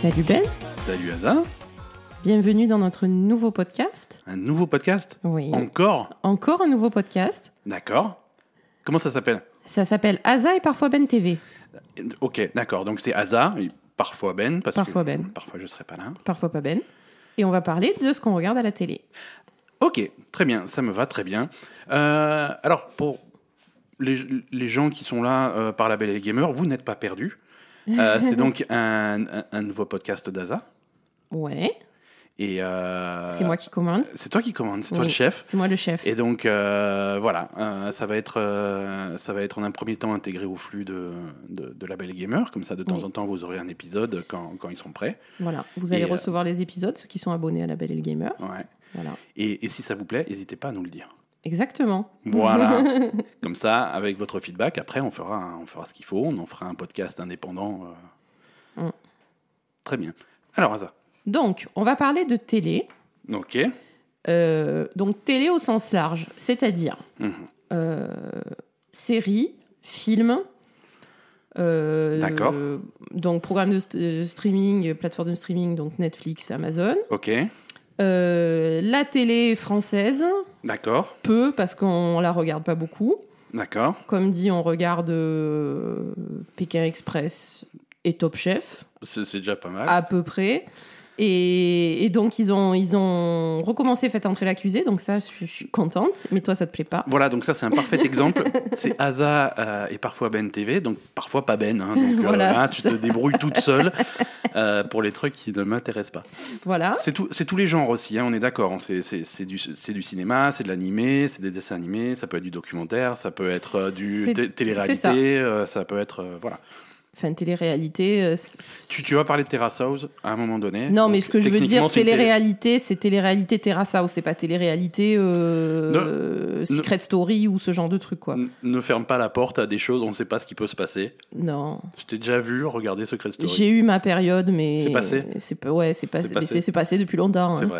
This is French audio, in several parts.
Salut Ben. Salut Asa. Bienvenue dans notre nouveau podcast. Un nouveau podcast ? Oui. Encore ? Encore un nouveau podcast. D'accord. Comment ça s'appelle ? Ça s'appelle Asa et parfois Ben TV. Ok, d'accord. Donc c'est Asa, et parfois Ben. Parfois Ben. Parfois je ne serai pas là. Parfois pas Ben. Et on va parler de ce qu'on regarde à la télé. Ok, très bien. Ça me va très bien. Alors, pour les gens qui sont là par La Belle et les Gamers, vous n'êtes pas perdus. C'est donc un nouveau podcast d'Asa. Ouais. Et C'est moi qui commande. C'est toi qui commandes, c'est Oui, toi le chef. C'est moi le chef. Et donc voilà, ça va être en un premier temps intégré au flux de La Belle et Gamer, comme ça de temps Oui. en temps vous aurez un épisode quand ils seront prêts. Voilà. Vous allez Et, recevoir les épisodes, ceux qui sont abonnés à La Belle et le Gamer. Ouais. Voilà. Et si ça vous plaît, n'hésitez pas à nous le dire. Exactement. Voilà. Comme ça, avec votre feedback, après on fera ce qu'il faut, on en fera un podcast indépendant. Très bien. Alors Asa. Donc, on va parler de télé. Ok. Donc, télé au sens large, c'est-à-dire séries, films, D'accord. donc programme de streaming, plateforme de streaming, donc Netflix, Amazon. Ok. La télé française, D'accord. peu, parce qu'on la regarde pas beaucoup. D'accord. Comme dit, on regarde Pékin Express et Top Chef, C'est déjà pas mal. à peu près. Et donc, ils ont recommencé Faites entrer l'accusé, donc ça, je suis contente. Mais toi, ça te plaît pas. Voilà, donc ça, c'est un parfait exemple. C'est Asa et parfois Ben TV, donc parfois pas Ben. Hein, donc Voilà, tu te débrouilles toute seule pour les trucs qui ne m'intéressent pas. Voilà. C'est tous les genres aussi, hein, on est d'accord. Hein, c'est du cinéma, c'est de l'animé, c'est des dessins animés, ça peut être du documentaire, ça peut être du télé-réalité, ça peut être... voilà. Enfin, télé-réalité... Tu vas parler de Terrace House à un moment donné. Non, mais ce que je veux dire, c'est télé-réalité, c'est télé-réalité Terrace House, c'est pas télé-réalité Secret Story ou ce genre de truc, quoi. Ne ferme pas la porte à des choses, on ne sait pas ce qui peut se passer. Non. Je t'ai déjà vu regarder Secret Story. J'ai eu ma période, mais... C'est passé ? C'est passé depuis longtemps. C'est hein. vrai.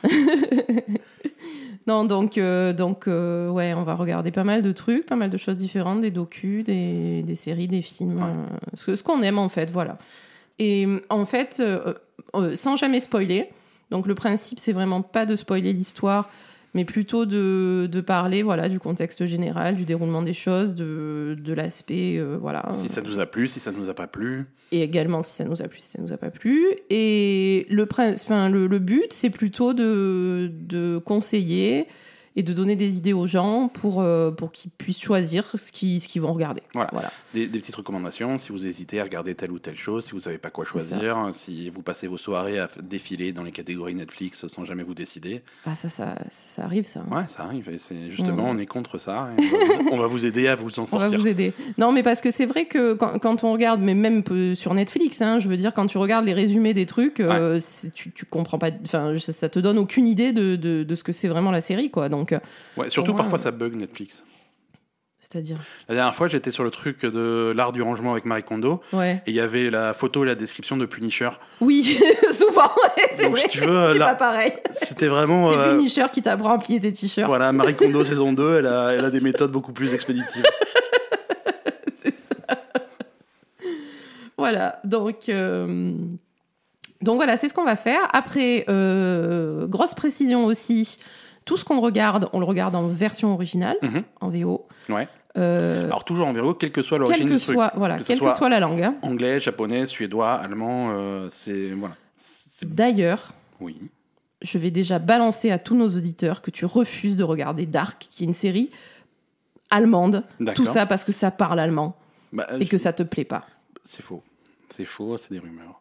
Non, donc ouais, on va regarder pas mal de trucs, pas mal de choses différentes, des docus, des séries, des films, ce qu'on aime en fait, voilà. Et en fait, sans jamais spoiler, donc le principe c'est vraiment pas de spoiler l'histoire, mais plutôt de parler voilà, du contexte général, du déroulement des choses, de l'aspect, voilà. Si ça nous a plu, si ça nous a pas plu. Et également si ça nous a plu, si ça nous a pas plu. Et le but, c'est plutôt de conseiller et de donner des idées aux gens pour qu'ils puissent choisir ce qu'ils vont regarder. Voilà. Des petites recommandations, si vous hésitez à regarder telle ou telle chose, si vous savez pas quoi choisir, si vous passez vos soirées à défiler dans les catégories Netflix sans jamais vous décider. Ah, ça arrive, ça. Ouais, ça arrive. Et c'est justement, on est contre ça. Et on va vous aider à vous en sortir. On va vous aider. Non, mais parce que c'est vrai que quand on regarde, mais même sur Netflix, hein, je veux dire, quand tu regardes les résumés des trucs, tu comprends pas. Enfin, ça te donne aucune idée de ce que c'est vraiment la série, quoi. Donc, ouais, surtout parfois ça bug Netflix. C'est-à-dire la dernière fois, j'étais sur le truc de l'art du rangement avec Marie Kondo. Ouais. Et il y avait la photo et la description de Punisher. Oui, souvent, c'est donc, vrai. Si tu veux, c'est là, pas pareil. C'était vraiment... C'est Punisher qui t'apprend à plier tes t-shirts. Voilà, Marie Kondo saison 2, elle a des méthodes beaucoup plus expéditives. C'est ça. Voilà, donc voilà, c'est ce qu'on va faire. Après, grosse précision aussi, tout ce qu'on regarde, on le regarde en version originale, en VO. Ouais. Alors toujours en VO, quelle que soit l'origine du truc. Voilà, quelle que soit la langue. Hein. Anglais, japonais, suédois, allemand, voilà. D'ailleurs, oui. Je vais déjà balancer à tous nos auditeurs que tu refuses de regarder Dark, qui est une série allemande. D'accord. Tout ça parce que ça parle allemand et que ça te plaît pas. C'est faux. C'est faux, c'est des rumeurs.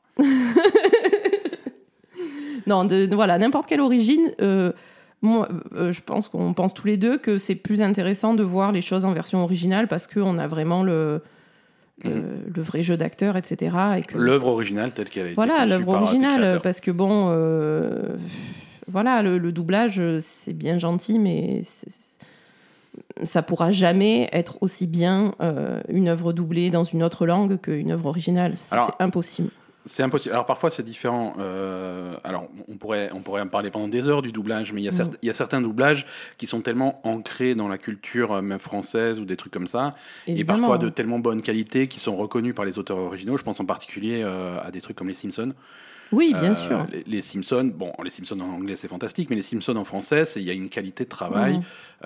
Non, voilà, n'importe quelle origine... moi, je pense qu'on pense tous les deux que c'est plus intéressant de voir les choses en version originale parce qu'on a vraiment le vrai jeu d'acteur, etc. Et que l'œuvre originale telle qu'elle a été voilà, l'œuvre originale, parce que bon, voilà, le doublage, c'est bien gentil, mais ça pourra jamais être aussi bien une œuvre doublée dans une autre langue qu'une œuvre originale. C'est impossible. C'est impossible. Alors parfois c'est différent. Alors on pourrait en parler pendant des heures du doublage, mais il y a certains doublages qui sont tellement ancrés dans la culture même française ou des trucs comme ça, évidemment, et parfois de tellement bonne qualité qui sont reconnus par les auteurs originaux. Je pense en particulier à des trucs comme les Simpsons. Oui, bien sûr. Les Simpsons, les Simpsons en anglais c'est fantastique, mais les Simpsons en français, il y a une qualité de travail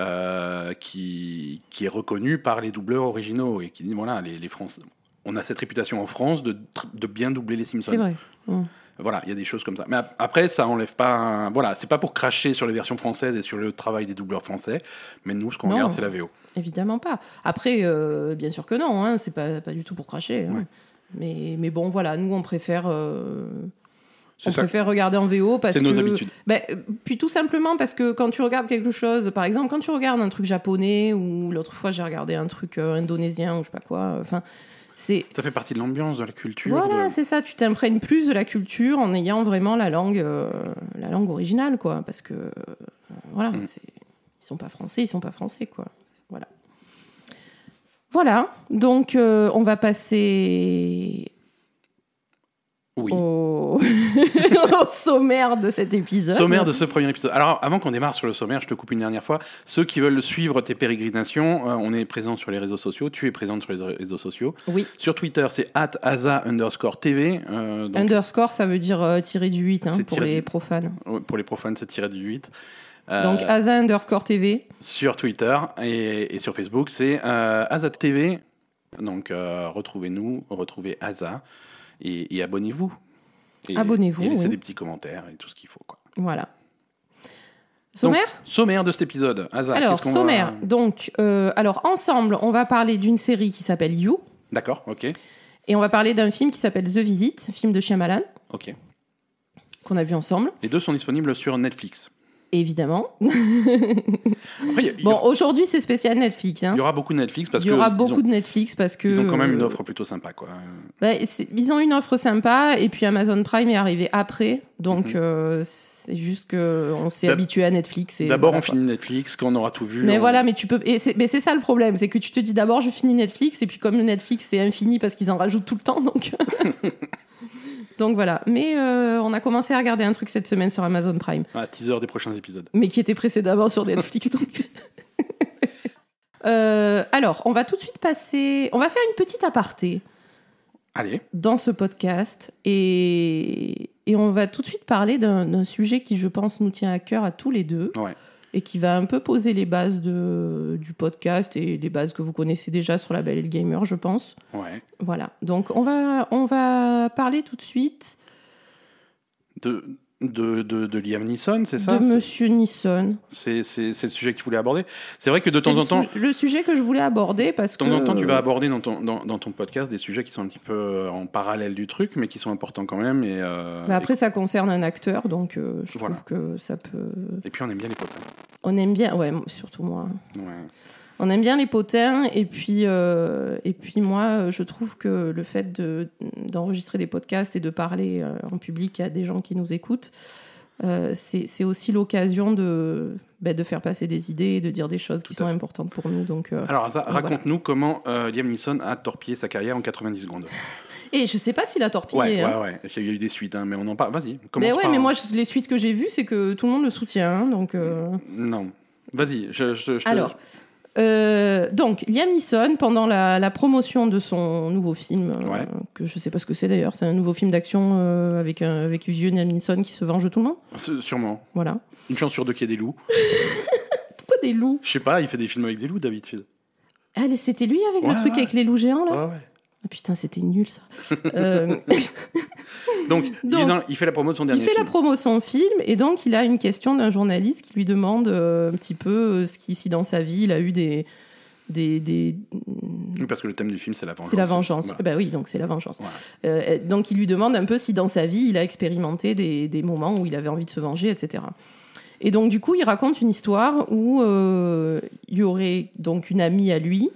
qui est reconnue par les doubleurs originaux et qui dit voilà, les Français, on a cette réputation en France de bien doubler les Simpsons. C'est vrai. Voilà, il y a des choses comme ça. Mais après, ça enlève pas. Voilà, c'est pas pour cracher sur les versions françaises et sur le travail des doubleurs français, mais nous, ce qu'on regarde, c'est la VO. Évidemment pas. Après, bien sûr que non, hein, c'est pas du tout pour cracher. Hein. Mais bon, voilà, nous, on préfère. Préfère regarder en VO parce que... C'est nos habitudes. Puis tout simplement parce que quand tu regardes quelque chose, par exemple, quand tu regardes un truc japonais ou l'autre fois j'ai regardé un truc indonésien ou je sais pas quoi, ça fait partie de l'ambiance, de la culture. Voilà, c'est ça. Tu t'imprègnes plus de la culture en ayant vraiment la langue originale, quoi. Parce que, voilà, ils sont pas français, quoi. Voilà. Voilà. Donc, on va passer... Oui. Au sommaire de cet épisode. Sommaire de ce premier épisode. Alors, avant qu'on démarre sur le sommaire, je te coupe une dernière fois. Ceux qui veulent suivre tes pérégrinations, on est présent sur les réseaux sociaux. Tu es présente sur les réseaux sociaux. Oui. Sur Twitter, c'est @asa_tv. Underscore, ça veut dire tiré du 8 pour les profanes. Pour les profanes, c'est tiré du 8. Donc @_tv. Sur Twitter et sur Facebook, c'est @tv. Donc, retrouvez-nous, retrouvez Asa. Et abonnez-vous. Abonnez-vous. Et laissez des petits commentaires et tout ce qu'il faut, quoi. Voilà. Sommaire ? Donc, sommaire de cet épisode. Asa, alors, sommaire. Donc, ensemble, on va parler d'une série qui s'appelle You. D'accord, ok. Et on va parler d'un film qui s'appelle The Visit, film de Shyamalan. Ok. Qu'on a vu ensemble. Les deux sont disponibles sur Netflix. Évidemment. Après, aujourd'hui, c'est spécial Netflix. Hein. Il y aura beaucoup de Netflix parce que... Il y aura beaucoup de Netflix parce que... Ils ont quand même une offre plutôt sympa, quoi. Ils ont une offre sympa et puis Amazon Prime est arrivé après. Donc, c'est juste qu'on s'est habitué à Netflix. D'abord, on finit Netflix, quand on aura tout vu. Mais voilà, mais tu peux... mais c'est ça le problème, c'est que tu te dis d'abord, je finis Netflix et puis comme Netflix, c'est infini parce qu'ils en rajoutent tout le temps, donc... Donc voilà, mais on a commencé à regarder un truc cette semaine sur Amazon Prime. Teaser des prochains épisodes. Mais qui était précédemment sur Netflix. Donc... alors, on va tout de suite passer... On va faire une petite aparté. Allez. Dans ce podcast. Et on va tout de suite parler d'un sujet qui, je pense, nous tient à cœur à tous les deux. Ouais. Et qui va un peu poser les bases du podcast et les bases que vous connaissez déjà sur La Belle et le Gamer, je pense. Ouais. Voilà. Donc, on va parler tout de suite de Liam Neeson, c'est ça ? De Monsieur Neeson. C'est le sujet que tu voulais aborder. C'est vrai que de temps en temps... Le sujet que je voulais aborder parce que... De temps en temps, tu vas aborder dans ton podcast des sujets qui sont un petit peu en parallèle du truc, mais qui sont importants quand même. Après, ça concerne un acteur, donc je trouve que ça peut... Et puis, on aime bien les potins. On aime bien, ouais, surtout moi. Ouais. On aime bien les potins, et puis moi, je trouve que le fait d'enregistrer des podcasts et de parler en public à des gens qui nous écoutent, c'est aussi l'occasion de faire passer des idées et de dire des choses qui sont importantes pour nous. Donc, alors, raconte-nous comment Liam Neeson a torpillé sa carrière en 90 secondes. Et je sais pas s'il a torpillé. Ouais. Il y a eu des suites, mais on en parle. Vas-y, commence par... Mais moi, les suites que j'ai vues, c'est que tout le monde le soutient. Donc, non. Vas-y, Alors... donc, Liam Neeson, pendant la promotion de son nouveau film, que je sais pas ce que c'est d'ailleurs, c'est un nouveau film d'action avec vieux Liam Neeson qui se venge de tout le monde. Sûrement. Voilà. Une chance sur deux qu'il y ait des loups. Pourquoi des loups ? Je sais pas, il fait des films avec des loups d'habitude. Ah, c'était lui avec le truc avec les loups géants là ? Ouais. Ah putain, c'était nul ça. Donc, il fait la promo de son dernier film. Il fait la promo de son film et donc il a une question d'un journaliste qui lui demande un petit peu si dans sa vie il a eu des... Oui, parce que le thème du film, c'est la vengeance. C'est la vengeance. Voilà. Ben oui, donc c'est la vengeance. Voilà. Donc il lui demande un peu si dans sa vie, il a expérimenté des moments où il avait envie de se venger, etc. Et donc du coup, il raconte une histoire où il y aurait donc une amie à lui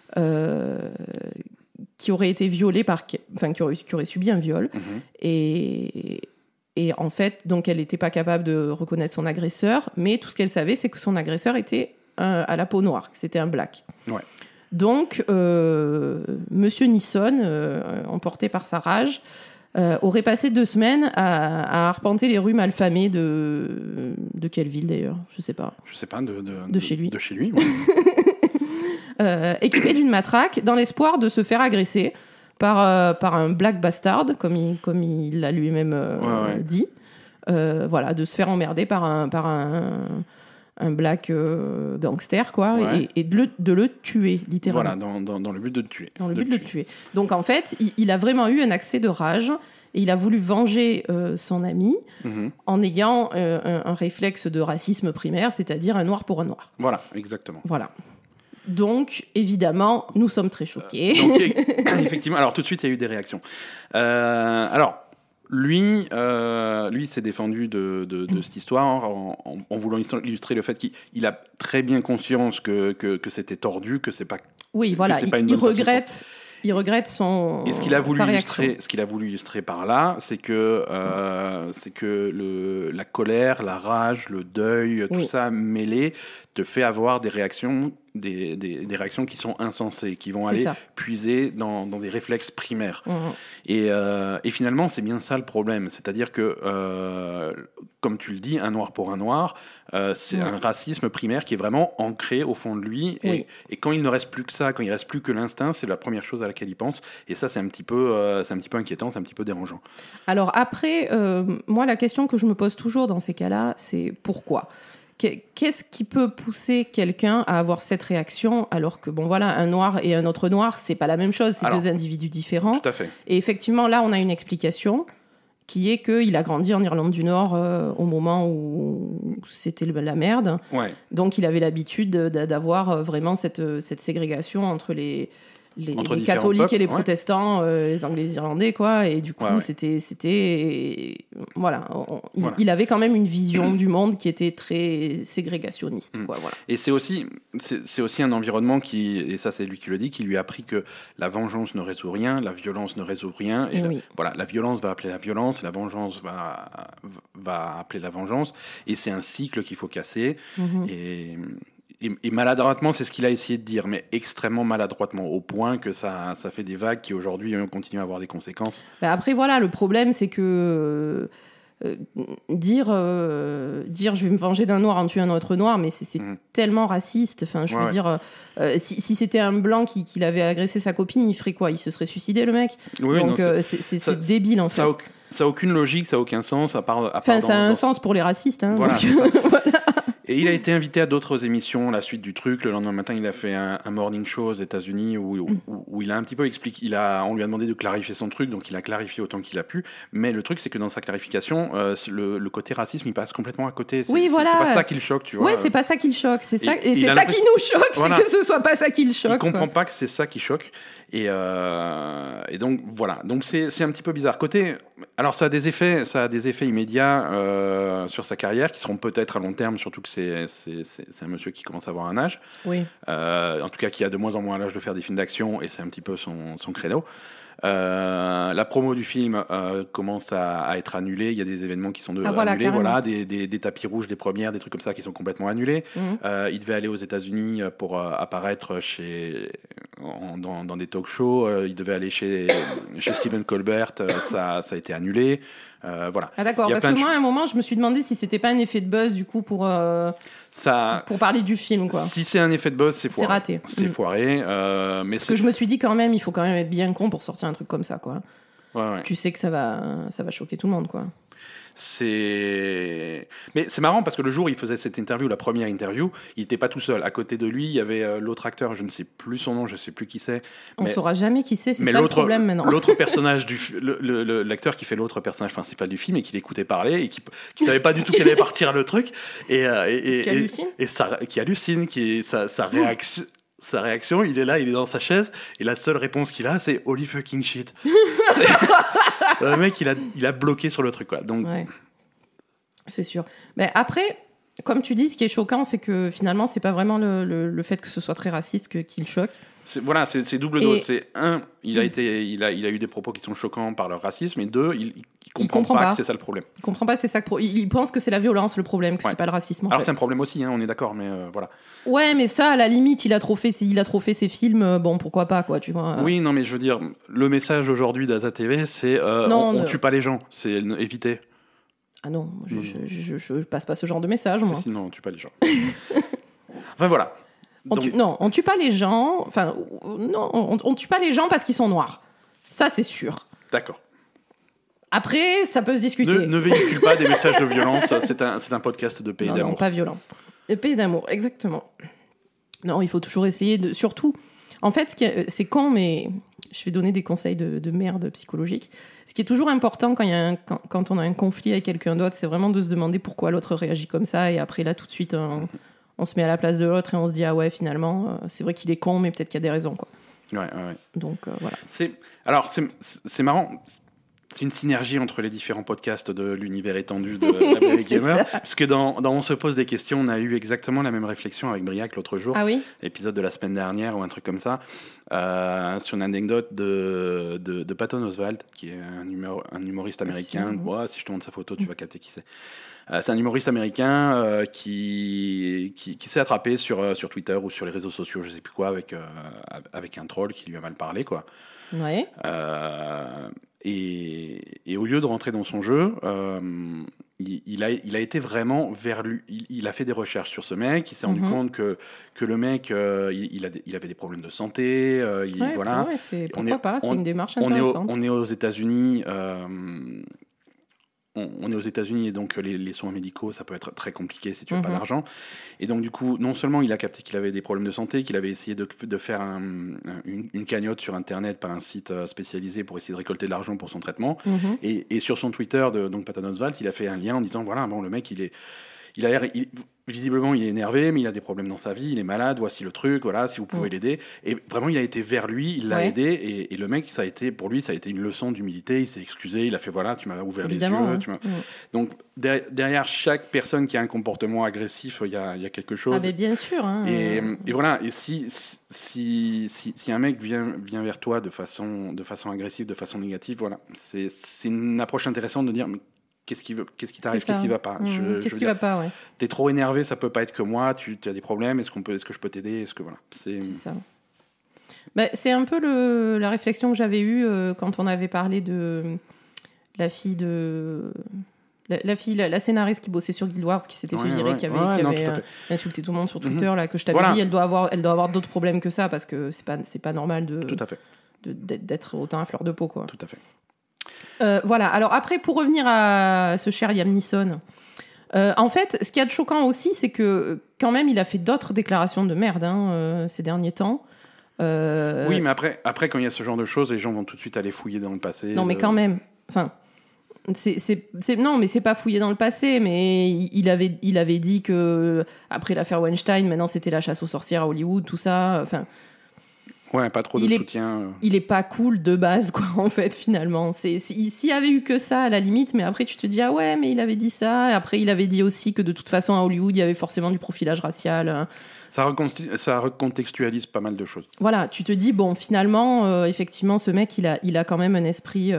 qui aurait été violée qui aurait subi un viol. Et en fait, donc elle n'était pas capable de reconnaître son agresseur, mais tout ce qu'elle savait, c'est que son agresseur était à la peau noire, que c'était un black. Ouais. Donc, Monsieur Neeson, emporté par sa rage, aurait passé 2 semaines à arpenter les rues malfamées de quelle ville d'ailleurs ? Je sais pas. De chez lui. De chez lui, ouais. Équipé d'une matraque, dans l'espoir de se faire agresser par un black bastard, comme il l'a lui-même dit. Voilà, de se faire emmerder par un black gangster, quoi, et de le tuer, littéralement. Voilà, dans le but de le tuer. Dans le but de le tuer. Donc, en fait, il a vraiment eu un accès de rage, et il a voulu venger son ami en ayant un réflexe de racisme primaire, c'est-à-dire un noir pour un noir. Voilà, exactement. Voilà. Donc, évidemment, nous sommes très choqués. Donc, effectivement, alors tout de suite, il y a eu des réactions. Alors, lui s'est défendu de cette histoire en voulant illustrer le fait qu'il a très bien conscience que c'était tordu, que c'est pas. Oui, voilà, il regrette. Il regrette sa réaction. Ce qu'il a voulu illustrer par là, c'est que la colère, la rage, le deuil, tout ça mêlé te fait avoir des réactions qui sont insensées, qui vont aller puiser dans des réflexes primaires. Et finalement, c'est bien ça le problème. C'est-à-dire que, comme tu le dis, un noir pour un noir, c'est un racisme primaire qui est vraiment ancré au fond de lui. Et quand il ne reste plus que ça, quand il ne reste plus que l'instinct, c'est la première chose à laquelle il pense. Et ça, c'est un petit peu inquiétant, c'est un petit peu dérangeant. Alors après, moi, la question que je me pose toujours dans ces cas-là, c'est pourquoi ? Qu'est-ce qui peut pousser quelqu'un à avoir cette réaction alors que, bon voilà, un noir et un autre noir, c'est pas la même chose, c'est deux individus différents. Tout à fait. Et effectivement, là, on a une explication qui est qu'il a grandi en Irlande du Nord au moment où c'était la merde. Ouais. Donc, il avait l'habitude d'avoir vraiment cette ségrégation entre les catholiques peuples, et les protestants, les anglais et les irlandais, quoi. Et du coup, c'était voilà, il avait quand même une vision du monde qui était très ségrégationniste, quoi. Voilà. Et c'est aussi un environnement et ça c'est lui qui le dit, qui lui a appris que la vengeance ne résout rien, la violence ne résout rien. Et voilà, la violence va appeler la violence, la vengeance va appeler la vengeance. Et c'est un cycle qu'il faut casser. Et maladroitement, c'est ce qu'il a essayé de dire, mais extrêmement maladroitement, au point que ça fait des vagues qui aujourd'hui continuent à avoir des conséquences. Après, voilà, le problème, c'est que dire je vais me venger d'un noir en tuant un autre noir, mais c'est tellement raciste. Enfin, je veux dire, si c'était un blanc qui avait agressé sa copine, il ferait quoi ? Il se serait suicidé, le mec ? Donc, c'est débile, en fait. Ça n'a aucune logique, ça n'a aucun sens, à part ça a un sens pour les racistes. Hein, voilà, donc, voilà. Et il a été invité à d'autres émissions, la suite du truc. Le lendemain matin, il a fait un morning show aux États-Unis où il a un petit peu expliqué. On lui a demandé de clarifier son truc, donc il a clarifié autant qu'il a pu. Mais le truc, c'est que dans sa clarification, le côté racisme, il passe complètement à côté. C'est pas ça qui le choque, tu vois. Oui, c'est pas ça qui le choque. C'est ça qui nous choque, c'est que ce soit pas ça qui le choque. Il comprend pas que c'est ça qui choque. Et donc voilà, donc c'est un petit peu bizarre. Alors ça a des effets immédiats sur sa carrière qui seront peut-être à long terme, surtout que c'est un monsieur qui commence à avoir un âge. Oui. En tout cas, qui a de moins en moins l'âge de faire des films d'action, et c'est un petit peu son credo. La promo du film commence à être annulée. Il y a des événements qui sont annulés. Voilà, des tapis rouges, des premières, des trucs comme ça qui sont complètement annulés. Il devait aller aux États-Unis pour apparaître dans des talk-shows. Il devait aller chez Stephen Colbert. Ça a été annulé. Voilà. Ah d'accord, parce que moi, à un moment, je me suis demandé si c'était pas un effet de buzz, du coup, pour parler du film, quoi. Si c'est un effet de buzz, c'est foiré. C'est raté. C'est foiré. Mais parce que je me suis dit, quand même, il faut quand même être bien con pour sortir un truc comme ça, quoi. Ouais. Tu sais que ça va choquer tout le monde, quoi. Mais c'est marrant parce que le jour où il faisait cette interview, la première interview, il n'était pas tout seul. À côté de lui, il y avait l'autre acteur, je ne sais plus son nom, je ne sais plus qui c'est. On ne saura jamais qui c'est, ça le problème maintenant. L'autre personnage, l'acteur qui fait l'autre personnage principal du film et qui l'écoutait parler et qui ne savait pas du tout qu'elle allait partir le truc. Qui hallucine, sa réaction. Sa réaction, il est là, il est dans sa chaise, et la seule réponse qu'il a, c'est holy fucking shit. Le mec, il a bloqué sur le truc, quoi. Donc, c'est sûr. Mais après, comme tu dis, ce qui est choquant, c'est que finalement, c'est pas vraiment le fait que ce soit très raciste qui le choque. C'est double dose. C'est il a eu des propos qui sont choquants par leur racisme, et deux, il comprend pas que c'est ça le problème. Il comprend pas, c'est ça il pense que c'est la violence le problème, que c'est pas le racisme. Alors c'est un problème aussi, on est d'accord, mais voilà. Ouais, mais ça, à la limite, il a trop fait ses films, bon, pourquoi pas, quoi, tu vois. Oui, non, mais je veux dire, le message aujourd'hui d'Aza TV, c'est on tue pas les gens, c'est éviter. Ah non, je passe pas ce genre de message, moi. Sinon, on tue pas les gens. Enfin voilà. On tue pas les gens. Enfin, non, on tue pas les gens parce qu'ils sont noirs. Ça, c'est sûr. D'accord. Après, ça peut se discuter. Ne véhicule pas des messages de violence. C'est un podcast de pays d'amour. Non, pas violence. De pays d'amour, exactement. Non, il faut toujours essayer de... Surtout, en fait, c'est con, mais je vais donner des conseils de merde psychologique. Ce qui est toujours important quand on a un conflit avec quelqu'un d'autre, c'est vraiment de se demander pourquoi l'autre réagit comme ça. Et après, là, tout de suite, on se met à la place de l'autre et on se dit, ah ouais, finalement, c'est vrai qu'il est con, mais peut-être qu'il y a des raisons, quoi. Ouais. Donc, voilà. C'est marrant. C'est une synergie entre les différents podcasts de l'univers étendu de la Belle et Gamer. Parce que dans On se pose des questions, on a eu exactement la même réflexion avec Briac l'autre jour. Ah oui ? Épisode de la semaine dernière ou un truc comme ça. Sur une anecdote de Patton Oswalt, qui est un humoriste américain. Ouais, si je te montre sa photo, tu vas capter qui c'est. C'est un humoriste américain qui s'est attrapé sur Twitter ou sur les réseaux sociaux, je sais plus quoi, avec un troll qui lui a mal parlé, quoi. Ouais. Et au lieu de rentrer dans son jeu, il a été vraiment vers lui. Il a fait des recherches sur ce mec. Il s'est rendu compte que le mec, il avait des problèmes de santé. Voilà. Ouais, pourquoi pas ? C'est une démarche intéressante. On est aux États-Unis. On est aux États-Unis et donc les soins médicaux, ça peut être très compliqué si tu n'as pas d'argent. Et donc du coup, non seulement il a capté qu'il avait des problèmes de santé, qu'il avait essayé de faire une cagnotte sur Internet par un site spécialisé pour essayer de récolter de l'argent pour son traitement. Et sur son Twitter, donc Patton Oswalt, il a fait un lien en disant, voilà, bon, le mec, il a l'air... Visiblement, il est énervé, mais il a des problèmes dans sa vie, il est malade, voici le truc, voilà, si vous pouvez l'aider. Et vraiment, il a été vers lui, il l'a aidé, et le mec, pour lui, ça a été une leçon d'humilité, il s'est excusé, il a fait, voilà, tu m'as ouvert Évidemment, les yeux. Donc, derrière chaque personne qui a un comportement agressif, il y a quelque chose. Ah, mais bien sûr. Hein. Et voilà, et si un mec vient vers toi de façon agressive, de façon négative, voilà, c'est une approche intéressante de dire... Qu'est-ce qui t'arrive ? Qu'est-ce qui va pas ? Qu'est-ce qui va pas, ouais. T'es trop énervé, ça peut pas être que moi. Tu as des problèmes. Est-ce que je peux t'aider ? Voilà. C'est ça. C'est un peu la réflexion que j'avais eue quand on avait parlé de la fille de la scénariste qui bossait sur Guild Wars, qui s'était fait virer, qui avait insulté tout le monde sur Twitter, là, que je t'avais dit, elle doit avoir d'autres problèmes que ça, parce que c'est pas normal tout à fait. d'être autant à fleur de peau, quoi. Tout à fait. Voilà, alors après, pour revenir à ce cher Liam Neeson, en fait, ce qu'il y a de choquant aussi, c'est que quand même, il a fait d'autres déclarations de merde ces derniers temps. Oui, mais après, quand il y a ce genre de choses, les gens vont tout de suite aller fouiller dans le passé. Non, mais quand même, enfin... non, mais c'est pas fouillé dans le passé, mais il avait dit que après l'affaire Weinstein, maintenant c'était la chasse aux sorcières à Hollywood, tout ça, enfin... Ouais, pas trop de soutien. Il est pas cool de base, quoi, en fait, finalement. S'il y avait eu que ça, à la limite, mais après, tu te dis, ah ouais, mais il avait dit ça. Et après, il avait dit aussi que de toute façon, à Hollywood, il y avait forcément du profilage racial. Ça recontextualise pas mal de choses. Voilà, tu te dis, bon, finalement, effectivement, ce mec, il a quand même un esprit...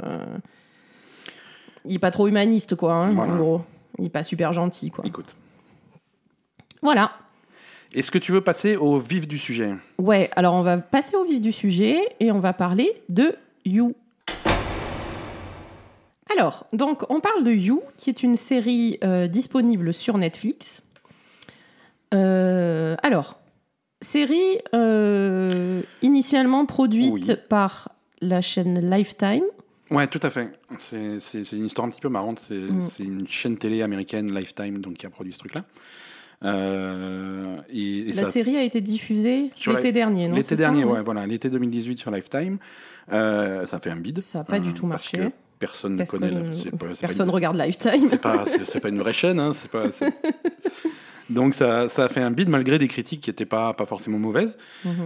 Il est pas trop humaniste, quoi, hein, voilà. En gros. Il est pas super gentil, quoi. Écoute. Voilà. Est-ce que tu veux passer au vif du sujet ? Ouais, alors on va passer au vif du sujet et on va parler de You. Alors, donc on parle de You, qui est une série disponible sur Netflix. Alors, série initialement produite par la chaîne Lifetime. Ouais, tout à fait. C'est une histoire un petit peu marrante. C'est une chaîne télé américaine, Lifetime, donc, qui a produit ce truc-là. La série a été diffusée l'été dernier, non ? L'été dernier, ouais, voilà, l'été 2018 sur Lifetime. Ça fait un bid. Ça n'a pas du tout marché. Personne ne connaît. Personne regarde Lifetime. C'est pas une vraie chaîne. Hein, donc ça a fait un bid malgré des critiques qui n'étaient pas forcément mauvaises.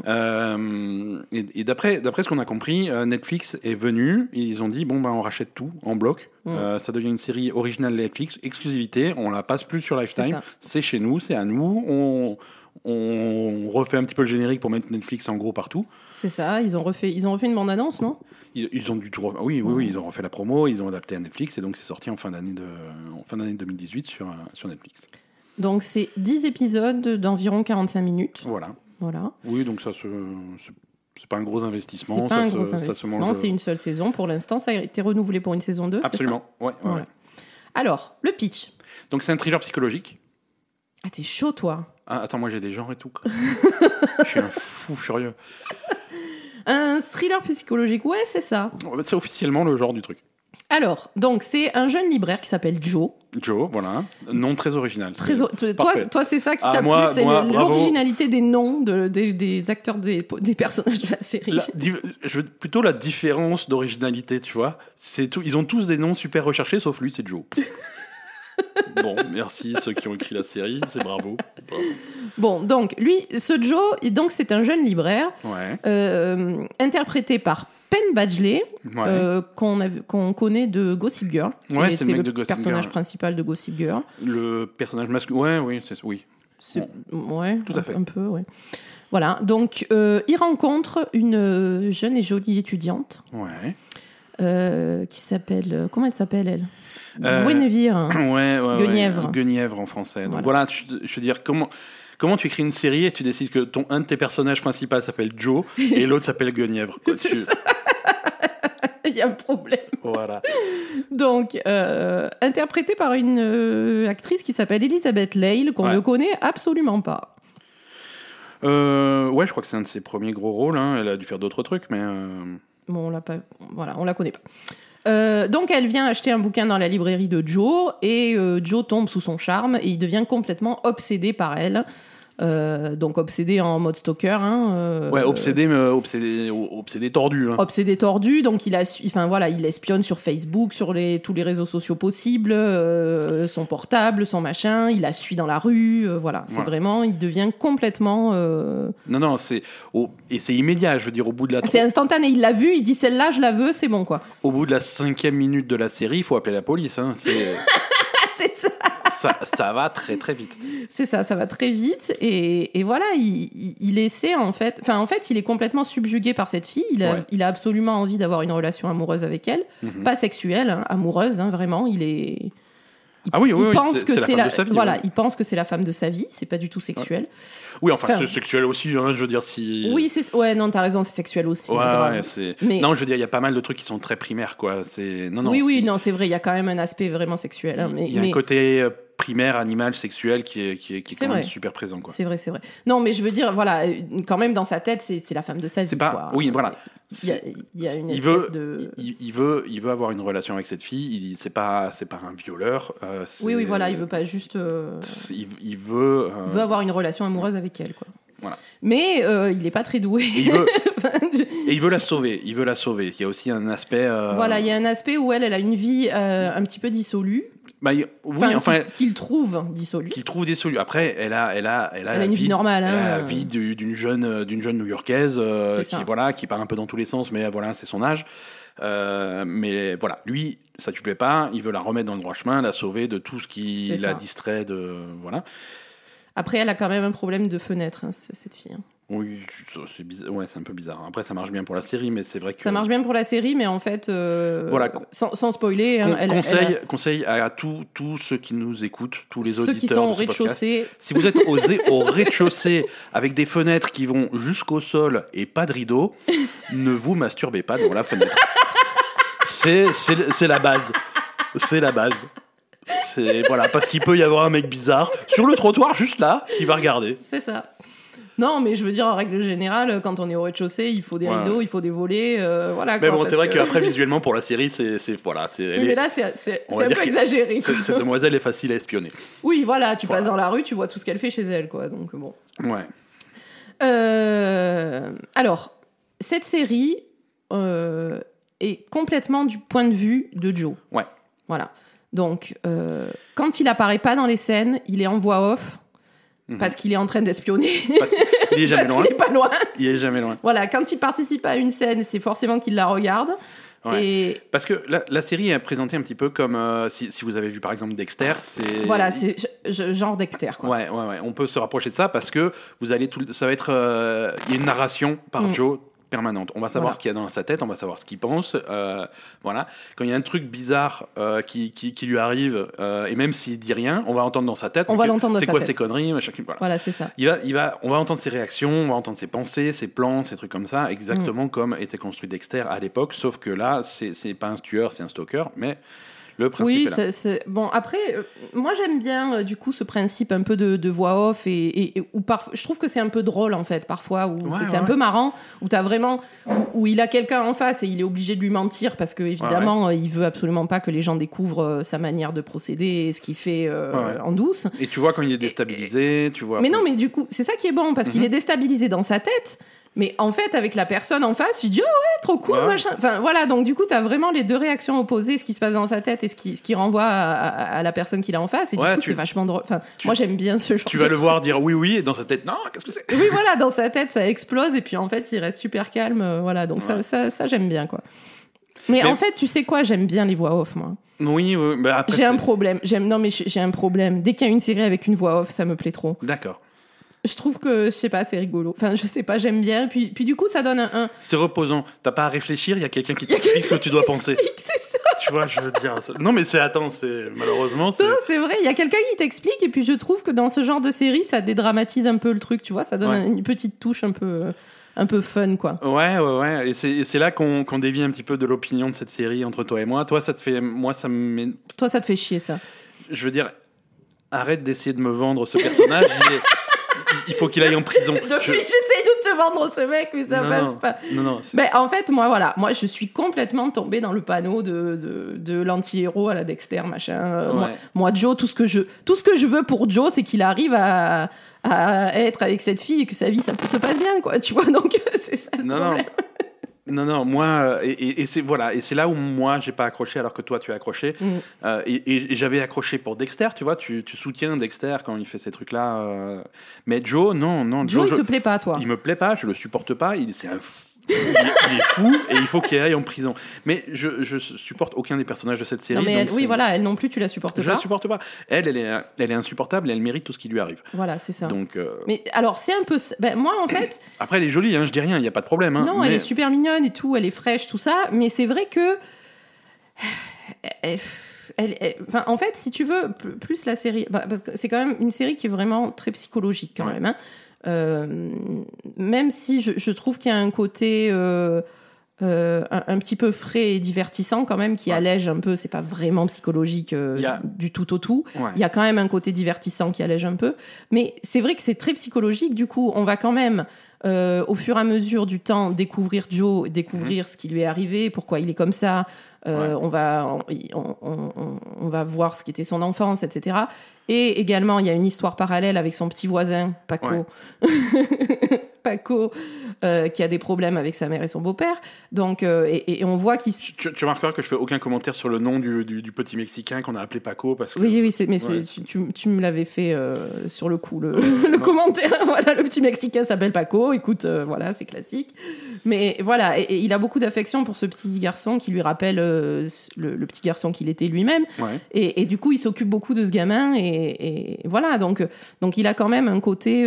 Et d'après ce qu'on a compris, Netflix est venu, ils ont dit bon on rachète tout en bloc. Ça devient une série originale Netflix, exclusivité, on la passe plus sur Lifetime, c'est chez nous, c'est à nous, on refait un petit peu le générique pour mettre Netflix en gros partout. C'est ça, ils ont refait une bande-annonce, non ? Ils ont du tout oui, ils ont refait la promo, ils ont adapté à Netflix et donc c'est sorti en fin d'année 2018 sur Netflix. Donc, c'est 10 épisodes d'environ 45 minutes. Voilà. Oui, donc ça c'est pas un gros investissement. C'est pas un gros investissement, c'est une seule saison. Pour l'instant, ça a été renouvelé pour une saison 2, absolument, c'est ça ? Ouais. Alors, le pitch. Donc, c'est un thriller psychologique. Ah, t'es chaud, toi. Ah, attends, moi j'ai des genres et tout. Je suis un fou furieux. Un thriller psychologique, ouais, c'est ça. C'est officiellement le genre du truc. Alors, donc, c'est un jeune libraire qui s'appelle Joe. Joe, voilà. Nom très original. Toi, c'est ça qui t'a plu, c'est l'originalité des noms des acteurs, des personnages de la série. Plutôt la différence d'originalité, tu vois. C'est tout. Ils ont tous des noms super recherchés, sauf lui, c'est Joe. Bon, merci ceux qui ont écrit la série, c'est bravo. Bon, donc, lui, ce Joe, donc, c'est un jeune libraire, interprété par Penn Badgley, qu'on connaît de Gossip Girl. Ouais, c'est le mec de Gossip Girl. Le personnage principal de Gossip Girl. Le personnage masculin, oui. Ouais, tout à fait. Un peu, ouais. Voilà, donc il rencontre une jeune et jolie étudiante. Qui s'appelle... Comment elle s'appelle, elle Guinevere. Guenièvre. Guenièvre en français. Donc voilà, je veux dire, comment tu écris une série et tu décides que un de tes personnages principaux s'appelle Joe et l'autre s'appelle Guenièvre. Il y a un problème. Voilà. Donc, interprétée par une actrice qui s'appelle Elizabeth Lail, qu'on ne connaît absolument pas. Je crois que c'est un de ses premiers gros rôles. Hein. Elle a dû faire d'autres trucs, mais... Bon, on la connaît pas. Donc, elle vient acheter un bouquin dans la librairie de Joe, et Joe tombe sous son charme, et il devient complètement obsédé par elle. Donc obsédé en mode stalker. Obsédé tordu. Hein. Obsédé tordu, donc il espionne sur Facebook, sur tous les réseaux sociaux possibles, son portable, son machin, il la suit dans la rue, C'est vraiment, il devient complètement... Non, et c'est immédiat, je veux dire, au bout de la... C'est instantané, il l'a vu, il dit celle-là, je la veux, c'est bon, quoi. Au bout de la 5e minute de la série, il faut appeler la police, hein. C'est ça. Ça va très très vite. C'est ça va très vite et voilà, il essaie en fait, il est complètement subjugué par cette fille, il a absolument envie d'avoir une relation amoureuse avec elle, pas sexuelle, hein, amoureuse, hein, vraiment, il pense que c'est la femme de sa vie. Voilà, il pense que c'est la femme de sa vie, c'est pas du tout sexuel. Oui, c'est sexuel aussi, hein, je veux dire si. Oui, non, t'as raison, c'est sexuel aussi. Non, je veux dire, il y a pas mal de trucs qui sont très primaires, quoi. C'est c'est vrai, il y a quand même un aspect vraiment sexuel. Hein, il y a un côté primaire, animal, sexuel qui est quand même super présent, quoi. C'est vrai. Non, mais je veux dire, voilà, quand même dans sa tête, c'est la femme de sa vie. Quoi. Oui, voilà. Il y a une espèce de. Il veut avoir une relation avec cette fille. C'est pas un violeur. Oui, voilà, il veut pas juste. Il veut avoir une relation amoureuse avec elle, quoi. Voilà. Mais il n'est pas très doué. Et il veut la sauver. Il y a aussi un aspect. Voilà, il y a un aspect où elle a une vie un petit peu dissolue. Qu'il trouve dissolue. Après, elle a une vie normale. La vie d'une jeune New-Yorkaise qui part un peu dans tous les sens, mais voilà, c'est son âge. Mais voilà, lui, ça lui plaît pas. Il veut la remettre dans le droit chemin, la sauver de tout ce qui la distrait de voilà. Après, elle a quand même un problème de fenêtre, hein, cette fille. Hein. Oui, c'est bizarre. Ouais, c'est un peu bizarre. Après, ça marche bien pour la série, mais c'est vrai que... Ça marche bien pour la série, mais en fait, sans spoiler... Conseil à tous ceux qui nous écoutent, tous les auditeurs ceux qui sont au rez-de-chaussée. Si vous êtes au rez-de-chaussée avec des fenêtres qui vont jusqu'au sol et pas de rideau, ne vous masturbez pas dans la fenêtre. C'est la base. C'est la base. Voilà, parce qu'il peut y avoir un mec bizarre sur le trottoir juste là qui va regarder. C'est ça. Non, mais je veux dire, en règle générale, quand on est au rez-de-chaussée, il faut des rideaux, il faut des volets, voilà. Mais bon, c'est vrai qu'après, visuellement, pour la série, mais là, c'est un peu exagéré. Cette demoiselle est facile à espionner. Oui, voilà, tu passes dans la rue, tu vois tout ce qu'elle fait chez elle, quoi. Donc bon. Ouais. Alors, cette série est complètement du point de vue de Joe. Ouais. Voilà. Donc, quand il apparaît pas dans les scènes, il est en voix off. Parce qu'il est en train d'espionner. Il est jamais loin. Qu'il est pas loin. Il est jamais loin. Voilà, quand il participe à une scène, c'est forcément qu'il la regarde. Ouais. Et... Parce que la série est présentée un petit peu comme si vous avez vu par exemple Dexter, c'est voilà, c'est genre Dexter, quoi. Ouais. On peut se rapprocher de ça parce que vous allez ça va être il y a une narration par Joe permanente. On va savoir ce qu'il y a dans sa tête, on va savoir ce qu'il pense. Voilà. Quand il y a un truc bizarre qui lui arrive, et même s'il dit rien, on va entendre dans sa tête. On va l'entendre dans sa tête. C'est quoi ces conneries, machin. Voilà, c'est ça. On va entendre ses réactions, on va entendre ses pensées, ses plans, ces trucs comme ça, exactement comme était construit Dexter à l'époque. Sauf que là, c'est pas un tueur, c'est un stalker, mais Le principe Oui, est là. Bon, après, moi j'aime bien du coup ce principe un peu de voix off je trouve que c'est un peu drôle en fait parfois, où c'est un peu marrant, où t'as vraiment où il a quelqu'un en face et il est obligé de lui mentir parce que évidemment il veut absolument pas que les gens découvrent sa manière de procéder et ce qu'il fait en douce. Et tu vois quand il est déstabilisé, tu vois. Mais non, mais du coup c'est ça qui est bon parce qu'il est déstabilisé dans sa tête. Mais en fait, avec la personne en face, il dit « Oh ouais, trop cool, machin !» Enfin, voilà, donc du coup, t'as vraiment les deux réactions opposées, ce qui se passe dans sa tête et ce qui renvoie à la personne qu'il a en face. Et du coup, c'est vachement drôle. Enfin, moi, j'aime bien ce genre Tu vas le voir dire « Oui », et dans sa tête « Non, qu'est-ce que c'est ?» Oui, voilà, dans sa tête, ça explose, et puis en fait, il reste super calme. Voilà, donc ça, j'aime bien, quoi. Mais en fait, tu sais quoi, j'aime bien les voix off, moi. Oui, bah après, j'ai un problème. Non, mais j'ai un problème. Dès qu'il y a une série avec une voix off, ça me plaît trop. D'accord. Je trouve que, je sais pas, c'est rigolo. Enfin, je sais pas, j'aime bien. Puis du coup, ça donne un... C'est reposant. T'as pas à réfléchir, il y a quelqu'un qui t'explique ce que tu dois penser. C'est ça. Tu vois, je veux dire... Non, mais malheureusement, c'est... Non, c'est vrai, il y a quelqu'un qui t'explique, et puis je trouve que dans ce genre de série, ça dédramatise un peu le truc, tu vois, ça donne une petite touche un peu fun, quoi. Ouais. Et c'est là qu'on dévie un petit peu de l'opinion de cette série entre toi et moi. Toi, ça te fait... Moi, ça me... Toi, ça te fait chier, ça. Je veux dire, arrête d'essayer de me vendre ce personnage. Il faut qu'il aille en prison. Depuis, j'essaye de te vendre ce mec, mais ça passe pas. Non. Ben, en fait, moi, je suis complètement tombée dans le panneau de l'anti-héros à la Dexter, machin. Moi, Joe, tout ce que je veux pour Joe, c'est qu'il arrive à être avec cette fille et que sa vie, ça se passe bien, quoi. Tu vois, donc c'est ça le problème. Non, moi, et c'est là où moi, j'ai pas accroché alors que toi, tu as accroché. Et j'avais accroché pour Dexter, tu vois, tu soutiens Dexter quand il fait ces trucs-là. Mais Joe, non. Joe, il te plaît pas, toi? Il me plaît pas, je le supporte pas, il est fou et il faut qu'il aille en prison. Mais je supporte aucun des personnages de cette série. Non, mais elle non plus, tu la supportes pas. Je la supporte pas. Elle est insupportable et elle mérite tout ce qui lui arrive. Voilà, c'est ça. Donc, mais alors, c'est un peu... moi, en fait... Après, elle est jolie, je dis rien, il n'y a pas de problème. Non, elle est super mignonne et tout, elle est fraîche, tout ça, mais c'est vrai que... en fait, si tu veux, plus la série... parce que c'est quand même une série qui est vraiment très psychologique, quand même, même si je trouve qu'il y a un côté un petit peu frais et divertissant quand même, qui allège un peu, c'est pas vraiment psychologique du tout au tout, il y a quand même un côté divertissant qui allège un peu, mais c'est vrai que c'est très psychologique, du coup on va quand même au fur et à mesure du temps découvrir Joe, découvrir ce qui lui est arrivé, pourquoi il est comme ça, on va voir ce qu'était son enfance, etc. Et également, il y a une histoire parallèle avec son petit voisin, Paco, Paco qui a des problèmes avec sa mère et son beau-père. Donc, et on voit qu'il... Tu remarqueras que je fais aucun commentaire sur le nom du petit Mexicain qu'on a appelé Paco. Parce que... Oui, tu me l'avais fait sur le coup, le commentaire. Voilà, le petit Mexicain s'appelle Paco. Écoute, voilà, c'est classique. Mais voilà, et il a beaucoup d'affection pour ce petit garçon qui lui rappelle le petit garçon qu'il était lui-même. Et du coup, il s'occupe beaucoup de ce gamin. Et voilà, donc il a quand même un côté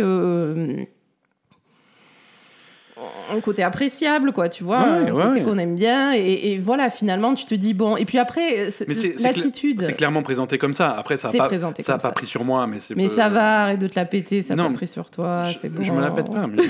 appréciable, quoi, tu vois, un côté qu'on aime bien, et voilà, finalement, tu te dis, bon, et puis après, l'attitude... C'est clairement présenté comme ça, après, ça a pas pris sur moi, mais ça va, arrête de te la péter, ça n'a pas pris sur toi, c'est bon. Je me la pète pas, mais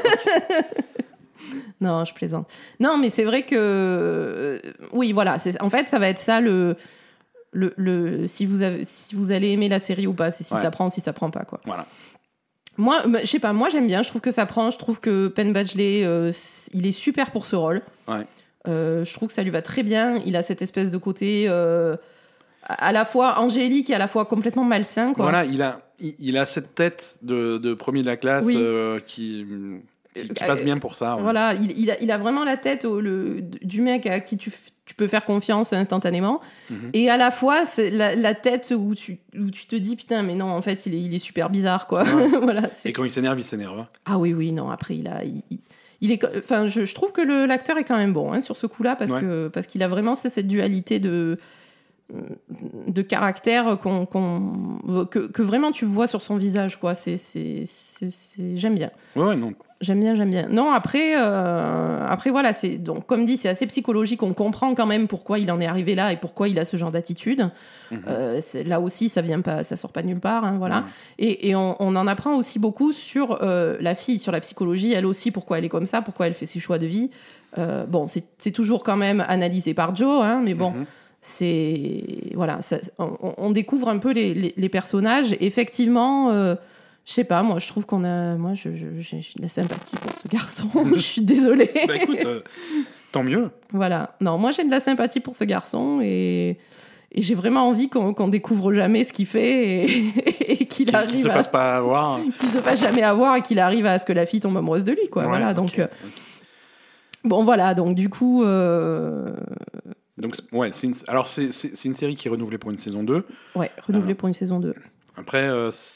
non, je plaisante. Non, mais c'est vrai que... oui, voilà, en fait, ça va être ça, si vous allez aimer la série ou pas, c'est si ça prend ou si ça prend pas, quoi. Voilà. Moi, je sais pas, moi j'aime bien, je trouve que ça prend, je trouve que Penn Badgley, il est super pour ce rôle. Je trouve que ça lui va très bien, il a cette espèce de côté à la fois angélique et à la fois complètement malsain, quoi. Voilà, il a cette tête de premier de la classe qui passe bien pour ça. Voilà, il a vraiment la tête du mec à qui tu peux faire confiance instantanément, et à la fois c'est la tête où tu te dis putain, mais non, en fait il est super bizarre, quoi. Voilà, et quand il s'énerve, il s'énerve. Ah oui, non, après il est, enfin, je trouve que l'acteur est quand même bon, sur ce coup-là, parce qu'il a vraiment cette dualité de caractère que vraiment tu vois sur son visage, quoi. J'aime bien. Non. J'aime bien. Non, après voilà, donc comme dit, c'est assez psychologique. On comprend quand même pourquoi il en est arrivé là et pourquoi il a ce genre d'attitude. Là aussi, ça sort pas de nulle part, voilà. Et on en apprend aussi beaucoup sur la fille, sur la psychologie. Elle aussi, pourquoi elle est comme ça, pourquoi elle fait ses choix de vie. Bon, c'est toujours quand même analysé par Joe, mais bon. voilà, on découvre un peu les personnages. Effectivement, je sais pas, moi je trouve j'ai de la sympathie pour ce garçon. Je suis désolée. Bah écoute, tant mieux. Voilà, non, moi j'ai de la sympathie pour ce garçon et j'ai vraiment envie qu'on découvre jamais ce qu'il fait et qu'il arrive qu'il se fasse pas avoir. Qu'il se fasse jamais avoir et qu'il arrive à ce que la fille tombe amoureuse de lui, quoi. Ouais, voilà, okay, donc okay. bon voilà, donc du coup. Donc ouais, c'est une série qui est renouvelée pour une saison 2. Ouais, renouvelée pour une saison 2. Après,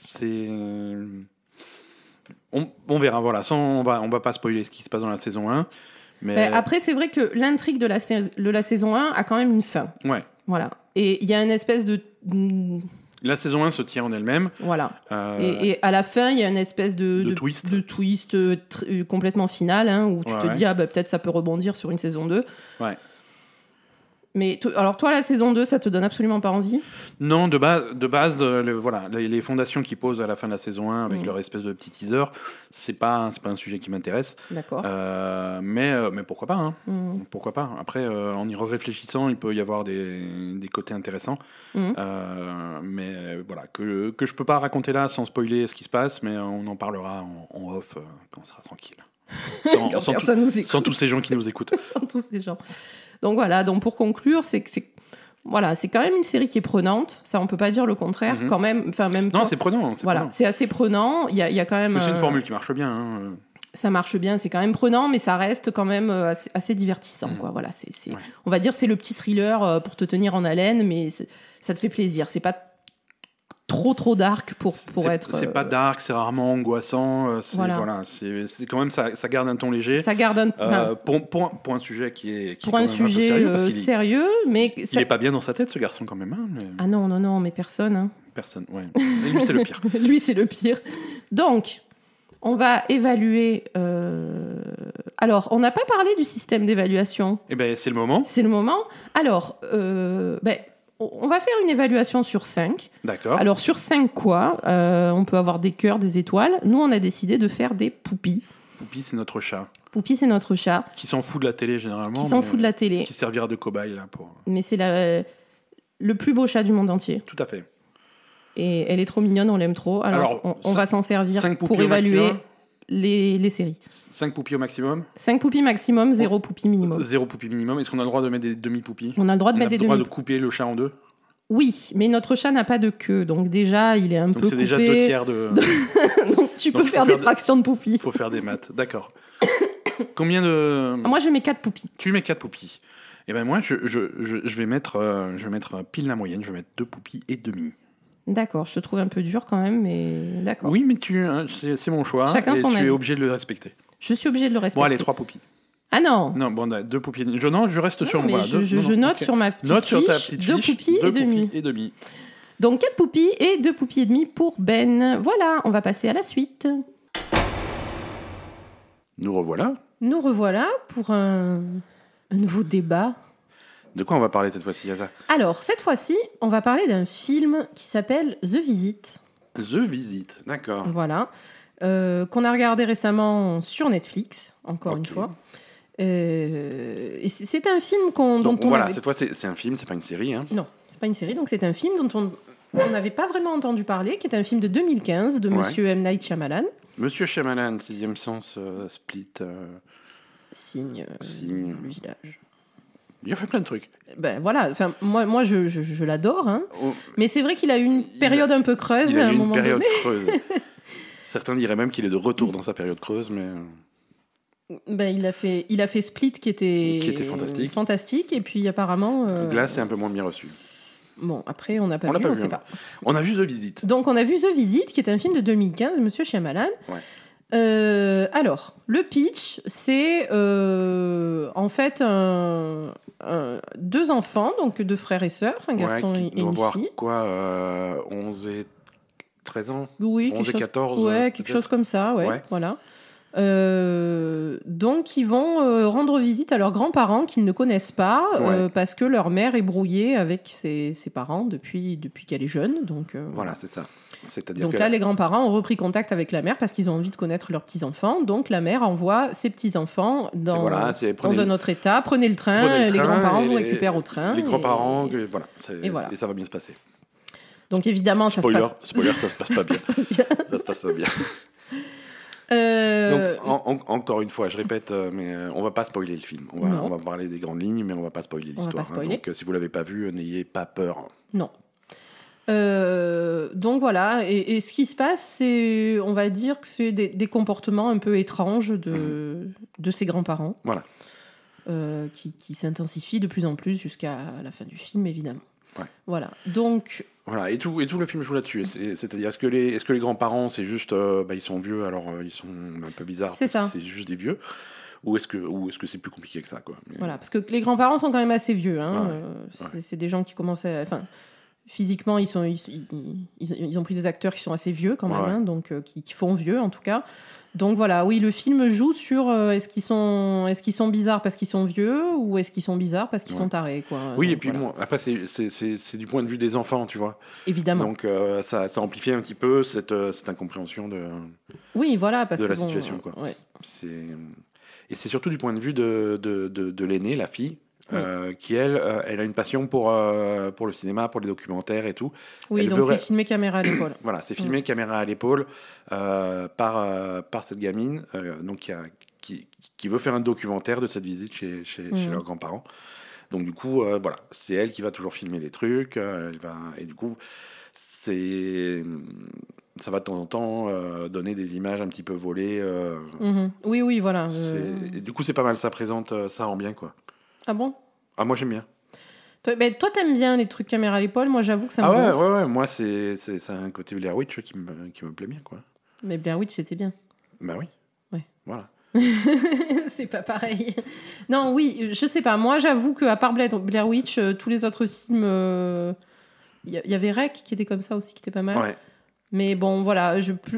on verra, voilà. On va pas spoiler ce qui se passe dans la saison 1. Mais... après, c'est vrai que l'intrigue de la saison 1 a quand même une fin. Ouais. Voilà. Et il y a une espèce de... La saison 1 se tient en elle-même. Voilà. Et à la fin, il y a une espèce de twist complètement final, hein, où tu te dis, peut-être ça peut rebondir sur une saison 2. Ouais. Mais alors toi, la saison 2, ça te donne absolument pas envie ? Non, de base, voilà, les fondations qu'ils posent à la fin de la saison 1 avec leur espèce de petit teaser, c'est pas un sujet qui m'intéresse. D'accord. Mais pourquoi pas, hein. Pourquoi pas. Après, en y réfléchissant, il peut y avoir des côtés intéressants. Mais voilà, que je peux pas raconter là sans spoiler ce qui se passe, mais on en parlera en off quand on sera tranquille. Sans tous ces gens qui nous écoutent. Sans tous ces gens. Donc voilà, donc pour conclure, c'est quand même une série qui est prenante, ça on peut pas dire le contraire, quand même. Enfin même. Non, c'est prenant. Voilà, c'est assez prenant. Il y a quand même. C'est une formule qui marche bien. Hein. Ça marche bien, c'est quand même prenant, mais ça reste quand même assez divertissant, quoi. Voilà, on va dire c'est le petit thriller pour te tenir en haleine, mais ça te fait plaisir. C'est pas trop dark pour être. C'est pas dark, c'est rarement angoissant. Voilà, c'est quand même ça garde un ton léger. Ça garde pour un sujet qui est pour un sujet sérieux, mais il est pas bien dans sa tête, ce garçon quand même. Hein, mais... Ah non, mais personne. Hein. Personne, ouais. Et lui c'est le pire. Lui c'est le pire. Donc on va évaluer. Alors on n'a pas parlé du système d'évaluation. Eh ben c'est le moment. C'est le moment. Alors on va faire une évaluation sur 5. D'accord. Alors, sur 5 quoi on peut avoir des cœurs, des étoiles. Nous, on a décidé de faire des poupis. Poupie, c'est notre chat. Poupie, c'est notre chat. Qui s'en fout de la télé, généralement. Qui s'en fout de la télé. Qui servira de cobaye, là, pour... Mais c'est le plus beau chat du monde entier. Tout à fait. Et elle est trop mignonne, on l'aime trop. Alors on va s'en servir pour évaluer les séries. 5 poupis au maximum. 5 poupis maximum, 0 poupis minimum. 0 poupis minimum. Est-ce qu'on a le droit de mettre des demi-poupis ? On a le droit de mettre des demi-poupis. On a le droit de couper le chat en deux ? Oui, mais notre chat n'a pas de queue, donc déjà, il est un peu coupé. Donc c'est déjà 2 tiers de... donc tu peux faire des fractions de poupis. Il faut faire des maths, d'accord. Combien de... Moi, je mets 4 poupis. Tu mets 4 poupis. Et ben moi, je vais mettre pile la moyenne, je vais mettre 2 poupis et demi. D'accord, je te trouve un peu dur quand même, mais d'accord. Oui, mais c'est mon choix. Chacun son avis. Tu es obligé de le respecter. Je suis obligé de le respecter. Bon, allez, 3 poupis. Ah non. Non, bon, 2 poupis. Je reste sur moi. Je note sur ma petite fiche 2 poupis et demi. Donc 4 poupis et 2 poupis et demi pour Ben. Voilà, on va passer à la suite. Nous revoilà pour un nouveau débat. De quoi on va parler cette fois-ci, Yaza ? Alors, cette fois-ci, on va parler d'un film qui s'appelle The Visit. The Visit, d'accord. Voilà. Qu'on a regardé récemment sur Netflix, encore une fois. Et c'est un film cette fois, c'est un film, c'est pas une série. Hein. Non, c'est pas une série, donc c'est un film dont on n'avait pas vraiment entendu parler, qui est un film de 2015 de Monsieur M. Night Shyamalan. Monsieur Shyamalan, Sixième Sens, Split... Signe du village. Il a fait plein de trucs. Ben voilà, enfin moi je l'adore, hein. Mais c'est vrai qu'il a eu une période un peu creuse à un moment donné. Creuse. Certains diraient même qu'il est de retour dans sa période creuse, mais... Ben, il a fait Split qui était fantastique, et puis apparemment... Glace est un peu moins bien reçu. Bon, après, on n'a pas vu, on ne sait pas. On a vu The Visit. Donc, on a vu The Visit, qui est un film de 2015 de Monsieur Shyamalan. Ouais. Alors, le pitch, c'est en fait 2 enfants, donc 2 frères et sœurs, un garçon et une fille. Quoi, 11 et 13 ans ? Oui, 11 et 14 ouais, quelque chose comme ça, ouais. Voilà. Donc ils vont rendre visite à leurs grands-parents qu'ils ne connaissent pas, parce que leur mère est brouillée avec ses parents depuis qu'elle est jeune. Donc, voilà, c'est ça. C'est-à-dire Donc que là, les grands-parents ont repris contact avec la mère parce qu'ils ont envie de connaître leurs petits-enfants. Donc la mère envoie ses petits-enfants dans un autre état. Prenez le train, les grands-parents vous récupèrent au train. Les grands-parents, voilà, voilà. Et ça va bien se passer. Donc évidemment, Spoiler, ça se passe pas bien. Ça se passe pas bien. Donc, encore une fois, je répète, mais on va pas spoiler le film. On va parler des grandes lignes, mais on va pas spoiler l'histoire. Donc, si vous l'avez pas vu, n'ayez pas peur. Non. Donc voilà, et ce qui se passe, c'est, on va dire que c'est des comportements un peu étranges de ses grands-parents. Voilà. Qui s'intensifient de plus en plus jusqu'à la fin du film, évidemment. Ouais. Voilà. Donc. Voilà, et tout le film joue là-dessus. C'est-à-dire, est-ce que les grands-parents, c'est juste, ils sont vieux, alors ils sont un peu bizarres, c'est ça. C'est juste des vieux, ou est-ce que c'est plus compliqué que ça, quoi. Mais... Voilà, parce que les grands-parents sont quand même assez vieux. Hein. Ouais. C'est des gens qui commencent à... Enfin, physiquement, ils ont pris des acteurs qui sont assez vieux quand même, hein, donc qui font vieux en tout cas. Donc voilà, oui, le film joue sur est-ce qu'ils sont bizarres parce qu'ils sont vieux ou est-ce qu'ils sont bizarres parce qu'ils sont tarés, quoi. Oui, donc, et puis bon, après c'est du point de vue des enfants, tu vois. Évidemment. Donc ça amplifie un petit peu cette incompréhension de la situation, quoi. Ouais. Et c'est surtout du point de vue de l'aînée, la fille. Qui elle a une passion pour le cinéma, pour les documentaires et tout. Oui, donc c'est filmé caméra à l'épaule. Voilà, c'est filmé caméra à l'épaule par cette gamine donc qui veut faire un documentaire de cette visite chez leurs grands-parents. Donc du coup, voilà, c'est elle qui va toujours filmer les trucs. Et du coup, ça va de temps en temps donner des images un petit peu volées. Oui, voilà. Et du coup, c'est pas mal, ça présente, ça rend bien, quoi. Ah bon? Ah, moi j'aime bien. Toi, t'aimes bien les trucs caméra à l'épaule. Moi, j'avoue que ça me gonfle. Ouais. Moi, c'est un côté Blair Witch qui me plaît bien, quoi. Mais Blair Witch, c'était bien. Bah oui. Ouais. Voilà. C'est pas pareil. Non, oui, je sais pas. Moi, j'avoue qu'à part Blair Witch, tous les autres films... Il y avait Rec qui était comme ça aussi, qui était pas mal. Ouais. Mais bon, voilà.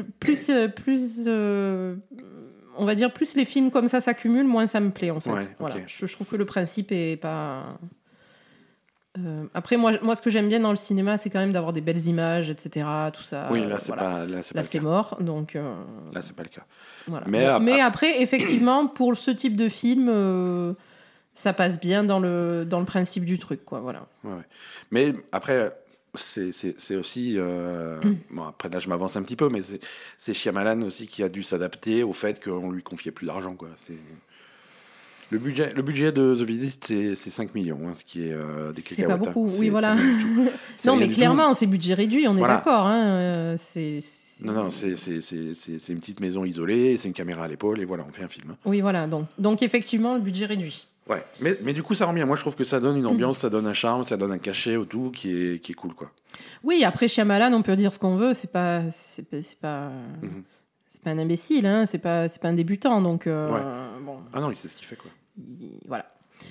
On va dire, plus les films comme ça s'accumulent, moins ça me plaît, en fait. Ouais, voilà. okay. Je trouve que le principe est pas... Après, moi, ce que j'aime bien dans le cinéma, c'est quand même d'avoir des belles images, etc. Tout ça. Oui, là, c'est mort. Donc, là, c'est pas le cas. Voilà. Mais après, effectivement, pour ce type de film, ça passe bien dans le principe du truc, quoi. Voilà. Ouais. Mais après... C'est aussi bon, après là je m'avance un petit peu, mais c'est Shyamalan aussi qui a dû s'adapter au fait qu'on lui confiait plus d'argent, quoi. Le budget de The Visit, c'est 5 millions, hein, ce qui est des cacahuètes. C'est pas beaucoup, oui, voilà. C'est non, mais clairement, c'est budget réduit, on est d'accord. Hein, Non, c'est une petite maison isolée, c'est une caméra à l'épaule, et voilà, on fait un film. Hein. Oui, voilà, donc effectivement, le budget réduit. Ouais, mais du coup, ça rend bien. Moi, je trouve que ça donne une ambiance, ça donne un charme, ça donne un cachet au tout qui est cool, quoi. Oui, après Shyamalan, on peut dire ce qu'on veut, c'est pas un imbécile, hein, c'est pas un débutant, donc bon. Ah non, il sait ce qu'il fait, quoi. Voilà.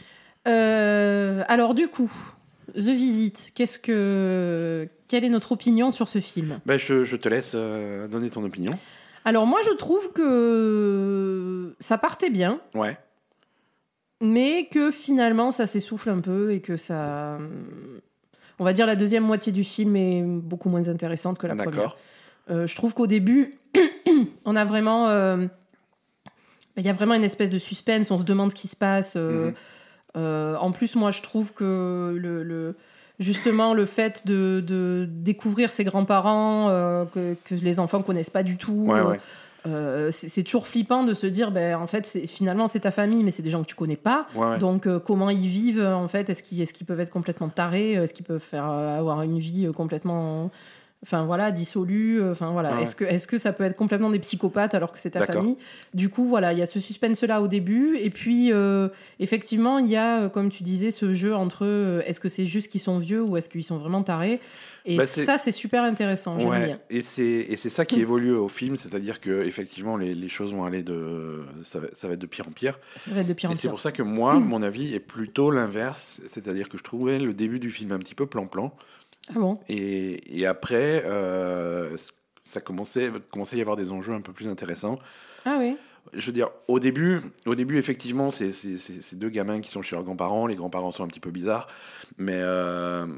Alors du coup, The Visit, quelle est notre opinion sur ce film ? Ben, je te laisse donner ton opinion. Alors moi, je trouve que ça partait bien. Ouais. Mais que finalement, ça s'essouffle un peu et que ça... On va dire la deuxième moitié du film est beaucoup moins intéressante que la première. Je trouve qu'au début, on a vraiment... Il y a vraiment une espèce de suspense, on se demande ce qui se passe. En plus, moi, je trouve que justement, le fait de découvrir ses grands-parents, que les enfants ne connaissent pas du tout... Ouais. C'est toujours flippant de se dire en fait finalement c'est ta famille mais c'est des gens que tu connais pas donc comment ils vivent en fait, est-ce qu'ils peuvent être complètement tarés, est-ce qu'ils peuvent avoir une vie complètement dissolue, est-ce que ça peut être complètement des psychopathes alors que c'est ta famille. Du coup voilà, il y a ce suspense là au début et puis effectivement il y a comme tu disais ce jeu entre est-ce que c'est juste qu'ils sont vieux ou est-ce qu'ils sont vraiment tarés. Et ça, c'est super intéressant. J'aime bien. Et c'est ça qui évolue au film, c'est-à-dire que effectivement les choses vont aller ça va être de pire en pire. Ça va être de pire en pire. C'est pour ça que moi, mon avis est plutôt l'inverse, c'est-à-dire que je trouvais le début du film un petit peu plan-plan. Ah bon ? Et après, ça commençait à y avoir des enjeux un peu plus intéressants. Ah oui. Je veux dire, au début, effectivement, c'est deux gamins qui sont chez leurs grands-parents. Les grands-parents sont un petit peu bizarres, mais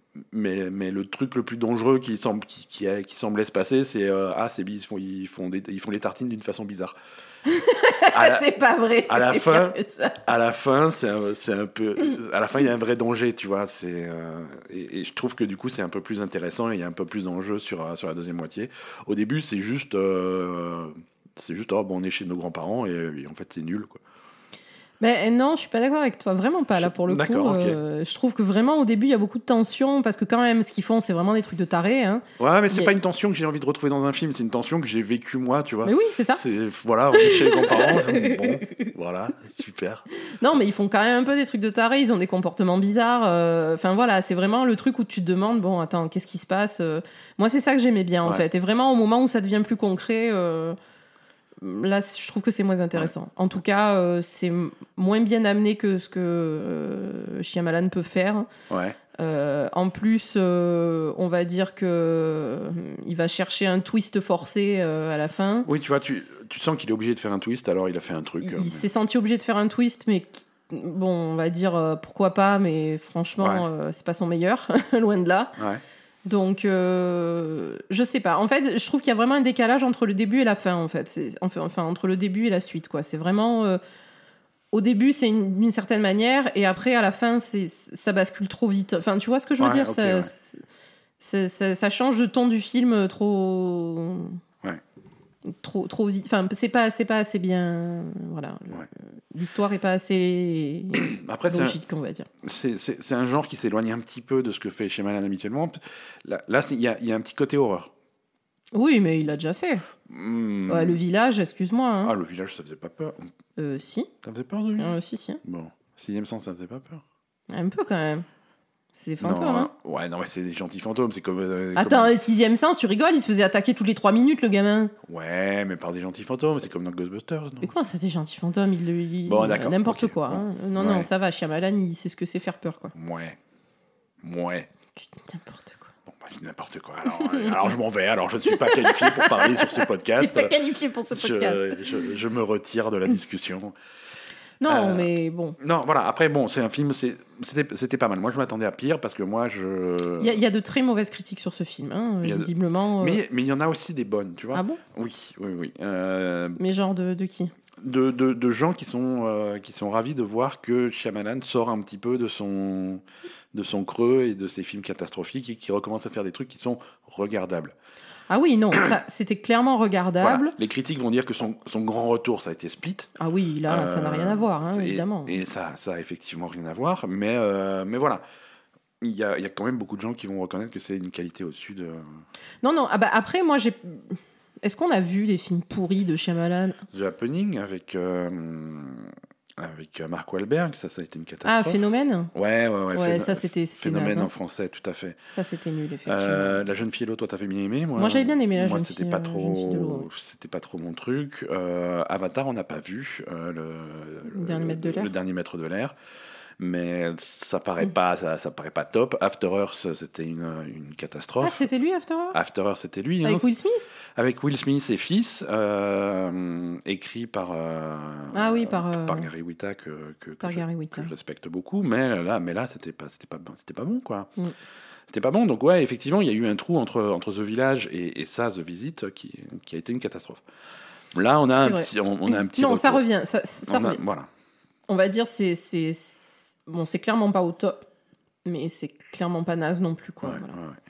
mais le truc le plus dangereux qui semblait se passer, c'est ils font les tartines d'une façon bizarre. C'est pas vrai. À la fin, c'est un peu. À la fin, il y a un vrai danger, tu vois. Et je trouve que du coup, c'est un peu plus intéressant et il y a un peu plus d'enjeux sur la deuxième moitié. Au début, c'est juste, on est chez nos grands-parents et en fait, c'est nul, quoi. Ben non, je suis pas d'accord avec toi, vraiment pas là pour le coup. Okay. Je trouve que vraiment au début il y a beaucoup de tension parce que quand même ce qu'ils font c'est vraiment des trucs de tarés. Hein. Ouais, mais c'est pas une tension que j'ai envie de retrouver dans un film, c'est une tension que j'ai vécue moi, tu vois. Mais oui, c'est ça. Voilà, on est chez les grands-parents, bon, voilà, super. Non, mais ils font quand même un peu des trucs de tarés, ils ont des comportements bizarres. Enfin voilà, c'est vraiment le truc où tu te demandes bon attends qu'est-ce qui se passe. Moi c'est ça que j'aimais bien en fait. Et vraiment au moment où ça devient plus concret. Là, je trouve que c'est moins intéressant. Ouais. En tout cas, c'est moins bien amené que ce que Shyamalan peut faire. Ouais. En plus, on va dire que il va chercher un twist forcé à la fin. Oui, tu vois, tu sens qu'il est obligé de faire un twist, alors il a fait un truc. Il s'est senti obligé de faire un twist, mais bon, on va dire pourquoi pas, mais franchement, c'est pas son meilleur, loin de là. Ouais. Donc, je sais pas. En fait, je trouve qu'il y a vraiment un décalage entre le début et la fin, en fait. Enfin, entre le début et la suite, quoi. C'est vraiment... au début, c'est d'une certaine manière, et après, à la fin, ça bascule trop vite. Enfin, tu vois ce que je veux dire, okay, ça change de ton du film trop... Ouais. Trop vite. Enfin, c'est pas assez bien... Voilà. Ouais. L'histoire est pas assez après, logique, on va dire. C'est un genre qui s'éloigne un petit peu de ce que fait Shyamalan habituellement. Là, il y a un petit côté horreur. Oui, mais il l'a déjà fait. Ouais, le village, excuse-moi. Hein. Ah, le village, ça faisait pas peur. Si. Ça faisait peur de lui Si. Bon, Sixième Sens, ça faisait pas peur. Un peu quand même. C'est des fantômes, hein. Ouais, non, mais c'est des gentils fantômes. C'est comme. Attends, Sixième Sens, tu rigoles, il se faisait attaquer toutes les 3 minutes, le gamin. Ouais, mais par des gentils fantômes, c'est comme dans Ghostbusters. Non mais quoi, c'est des gentils fantômes, bon, d'accord. N'importe okay, quoi. Hein. Non, ça va, Shyamalan, il sait ce que c'est faire peur, quoi. Ouais. Tu dis n'importe quoi. Bon, bah, je dis n'importe quoi. Alors je m'en vais. Alors je ne suis pas qualifié pour parler sur ce podcast. Tu n'es pas qualifié pour ce podcast. Je me retire de la discussion. Non, mais bon. Non, voilà. Après, bon, c'est un film, c'était pas mal. Moi, je m'attendais à pire parce que moi, Il y a de très mauvaises critiques sur ce film, hein, visiblement. Mais il y en a aussi des bonnes, tu vois. Ah bon ? Oui. Mais genre de qui ? De gens qui sont ravis de voir que Shyamalan sort un petit peu de son creux et de ses films catastrophiques et qui recommence à faire des trucs qui sont regardables. Ah oui, non, ça, c'était clairement regardable. Voilà. Les critiques vont dire que son grand retour, ça a été Split. Ah oui, là, ça n'a rien à voir, hein, évidemment. Et ça a effectivement rien à voir. Mais voilà, il y a quand même beaucoup de gens qui vont reconnaître que c'est une qualité au-dessus de... Non, après, moi, est-ce qu'on a vu les films pourris de Shyamalan ? The Happening avec Mark Wahlberg, ça a été une catastrophe. Ah, Phénomène ? Ouais, ça c'était Phénomène naze, hein. en français, tout à fait. Ça c'était nul, effectivement. La jeune fille et l'eau, toi t'avais bien aimé. Moi j'avais bien aimé la jeune fille. C'était pas trop mon truc. Avatar, on n'a pas vu. Le dernier maître de l'air. Mais ça paraît pas top. After Earth, c'était une catastrophe. Ah, c'était lui, After Earth ? After Earth, c'était lui. Avec Will Smith ? Avec Will Smith et fils, écrit par Gary Whitta que je respecte beaucoup. Mais là, c'était pas bon, quoi. Mm. C'était pas bon. Donc ouais, effectivement, il y a eu un trou entre The Village et ça, The Visit, qui a été une catastrophe. Là, on a un petit non, ça revient. Ça revient. Voilà. On va dire bon, c'est clairement pas au top, mais c'est clairement pas naze non plus, quoi. Ouais, voilà. Ouais.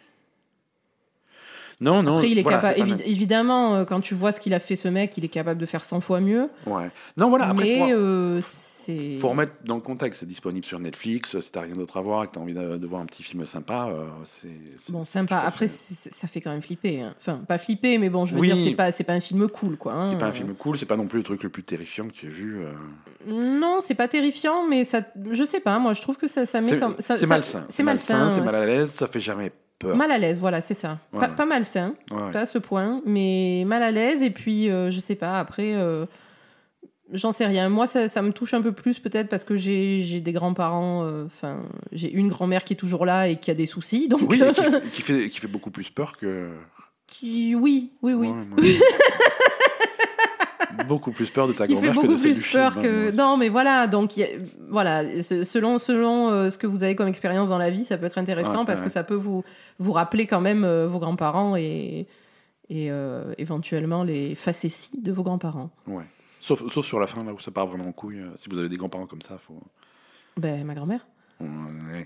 Non. Après, il est capable. Évidemment, quand tu vois ce qu'il a fait, ce mec, il est capable de faire 100 fois mieux. Ouais. Non, voilà. Après, mais faut remettre dans le contexte. C'est disponible sur Netflix. Si t'as rien d'autre à voir et que t'as envie de voir un petit film sympa, c'est bon, sympa. Après, ça fait quand même flipper. Hein. Enfin, pas flipper, mais bon, je veux dire, c'est pas un film cool, quoi. Hein. C'est pas un film cool. C'est pas non plus le truc le plus terrifiant que tu aies vu. Non, c'est pas terrifiant, mais ça, je sais pas. Moi, je trouve que ça met comme ça. C'est malsain. C'est malsain. C'est mal à l'aise. Ça fait jamais peur. Mal à l'aise, voilà, c'est ça. Ouais. Pas malsain, pas à ce point, mais mal à l'aise. Et puis, je sais pas. Après. J'en sais rien. Moi, ça me touche un peu plus, peut-être parce que j'ai des grands-parents. J'ai une grand-mère qui est toujours là et qui a des soucis. Donc, oui, qui fait beaucoup plus peur que. Oui. Ouais. beaucoup plus peur de ta qui fait grand-mère que beaucoup de celle plus du peur film, que... moi. Non, mais voilà, donc voilà, selon ce que vous avez comme expérience dans la vie, ça peut être intéressant parce que ça peut vous rappeler quand même vos grands-parents et éventuellement les facéties de vos grands-parents. Ouais. Sauf sur la fin, là où ça part vraiment en couille. Si vous avez des grands-parents comme ça, faut... Ben, ma grand-mère. Ouais.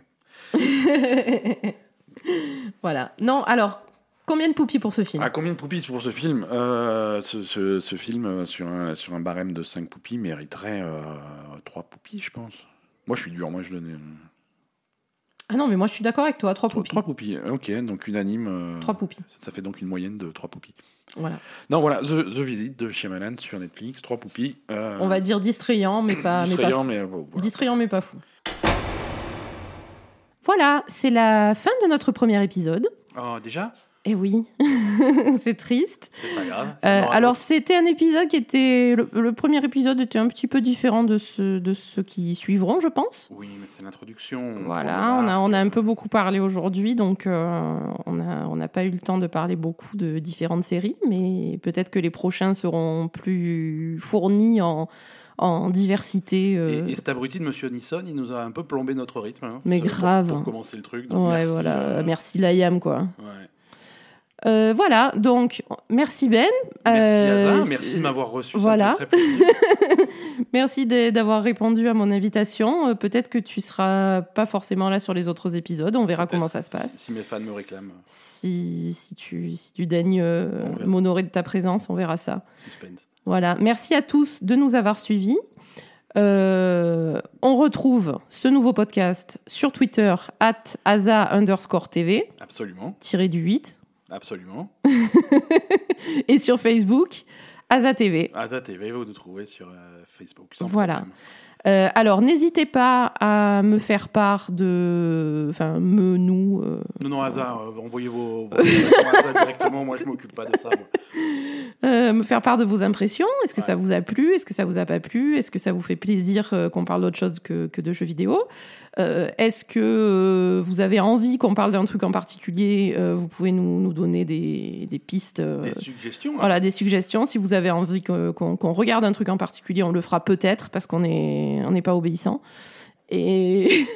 Voilà. Non, alors, combien de poupies pour ce film ? Ah, combien de poupies pour ce film ? Ce film, sur un barème de 5 poupies, mériterait 3 poupies, je pense. Moi, je suis dur. Moi, je donne... Ah non, mais moi, je suis d'accord avec toi. 3 poupies. 3 poupies. Ok, donc unanime. 3 poupies. Ça fait donc une moyenne de 3 poupies. Voilà. Non, voilà, The Visit de Shyamalan sur Netflix, 3 poupies. On va dire distrayant, mais pas fou. Mais, voilà. Distrayant, mais pas fou. Voilà, c'est la fin de notre premier épisode. Oh, déjà ? Eh oui, c'est triste. C'est pas grave. Alors, c'était un épisode qui était... Le premier épisode était un petit peu différent de ceux qui suivront, je pense. Oui, mais c'est l'introduction. Voilà, on a un peu beaucoup parlé aujourd'hui, donc on n'a pas eu le temps de parler beaucoup de différentes séries, mais peut-être que les prochains seront plus fournis en diversité. Et cet abruti de Monsieur Nisson, il nous a un peu plombé notre rythme. Hein, mais grave. Pour commencer le truc. Donc ouais, merci, voilà. Merci Layam, quoi. Ouais. Voilà, donc merci Ben. Merci Aza, merci de m'avoir reçu. Voilà. Ça me fait très plaisir. Merci d'avoir répondu à mon invitation. Peut-être que tu seras pas forcément là sur les autres épisodes. On verra comment ça se passe. Si mes fans me réclament. Si tu daignes m'honorer de ta présence, on verra ça. Suspense. Voilà. Merci à tous de nous avoir suivis. On retrouve ce nouveau podcast sur Twitter @asa_TV. Absolument. _8. Absolument. Et sur Facebook, Asa TV. Asa TV, vous nous trouvez sur Facebook. Voilà. Alors, n'hésitez pas à me faire part de... Enfin, nous... Non, Asa, envoyez vos questions à Asa directement. Moi, je ne m'occupe pas de ça. Me faire part de vos impressions. Est-ce que ça vous a plu ? Est-ce que ça vous a pas plu ? Est-ce que ça vous fait plaisir qu'on parle d'autre chose que de jeux vidéo ? Est-ce que vous avez envie qu'on parle d'un truc en particulier ? Vous pouvez nous donner des pistes. Des suggestions. Voilà, des suggestions. Si vous avez envie qu'on regarde un truc en particulier, on le fera peut-être parce qu'on n'est pas obéissant. Et...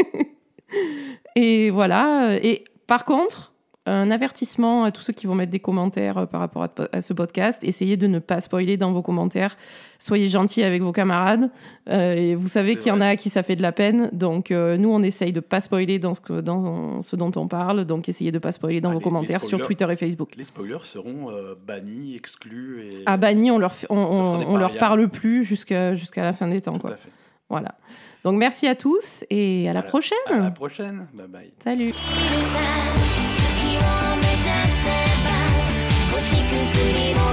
Et voilà. Et par contre... Un avertissement à tous ceux qui vont mettre des commentaires par rapport à ce podcast. Essayez de ne pas spoiler dans vos commentaires. Soyez gentils avec vos camarades. Et vous savez qu'il y en a à qui ça fait de la peine. Donc, nous, on essaye de ne pas spoiler dans ce dont on parle. Donc, essayez de ne pas spoiler dans vos commentaires sur Twitter et Facebook. Les spoilers seront bannis, exclus. Et... bannis, on leur parle plus jusqu'à la fin des temps. Tout à fait. Voilà. Donc, merci à tous et à la prochaine. À la prochaine. Bye bye. Salut. 星屑を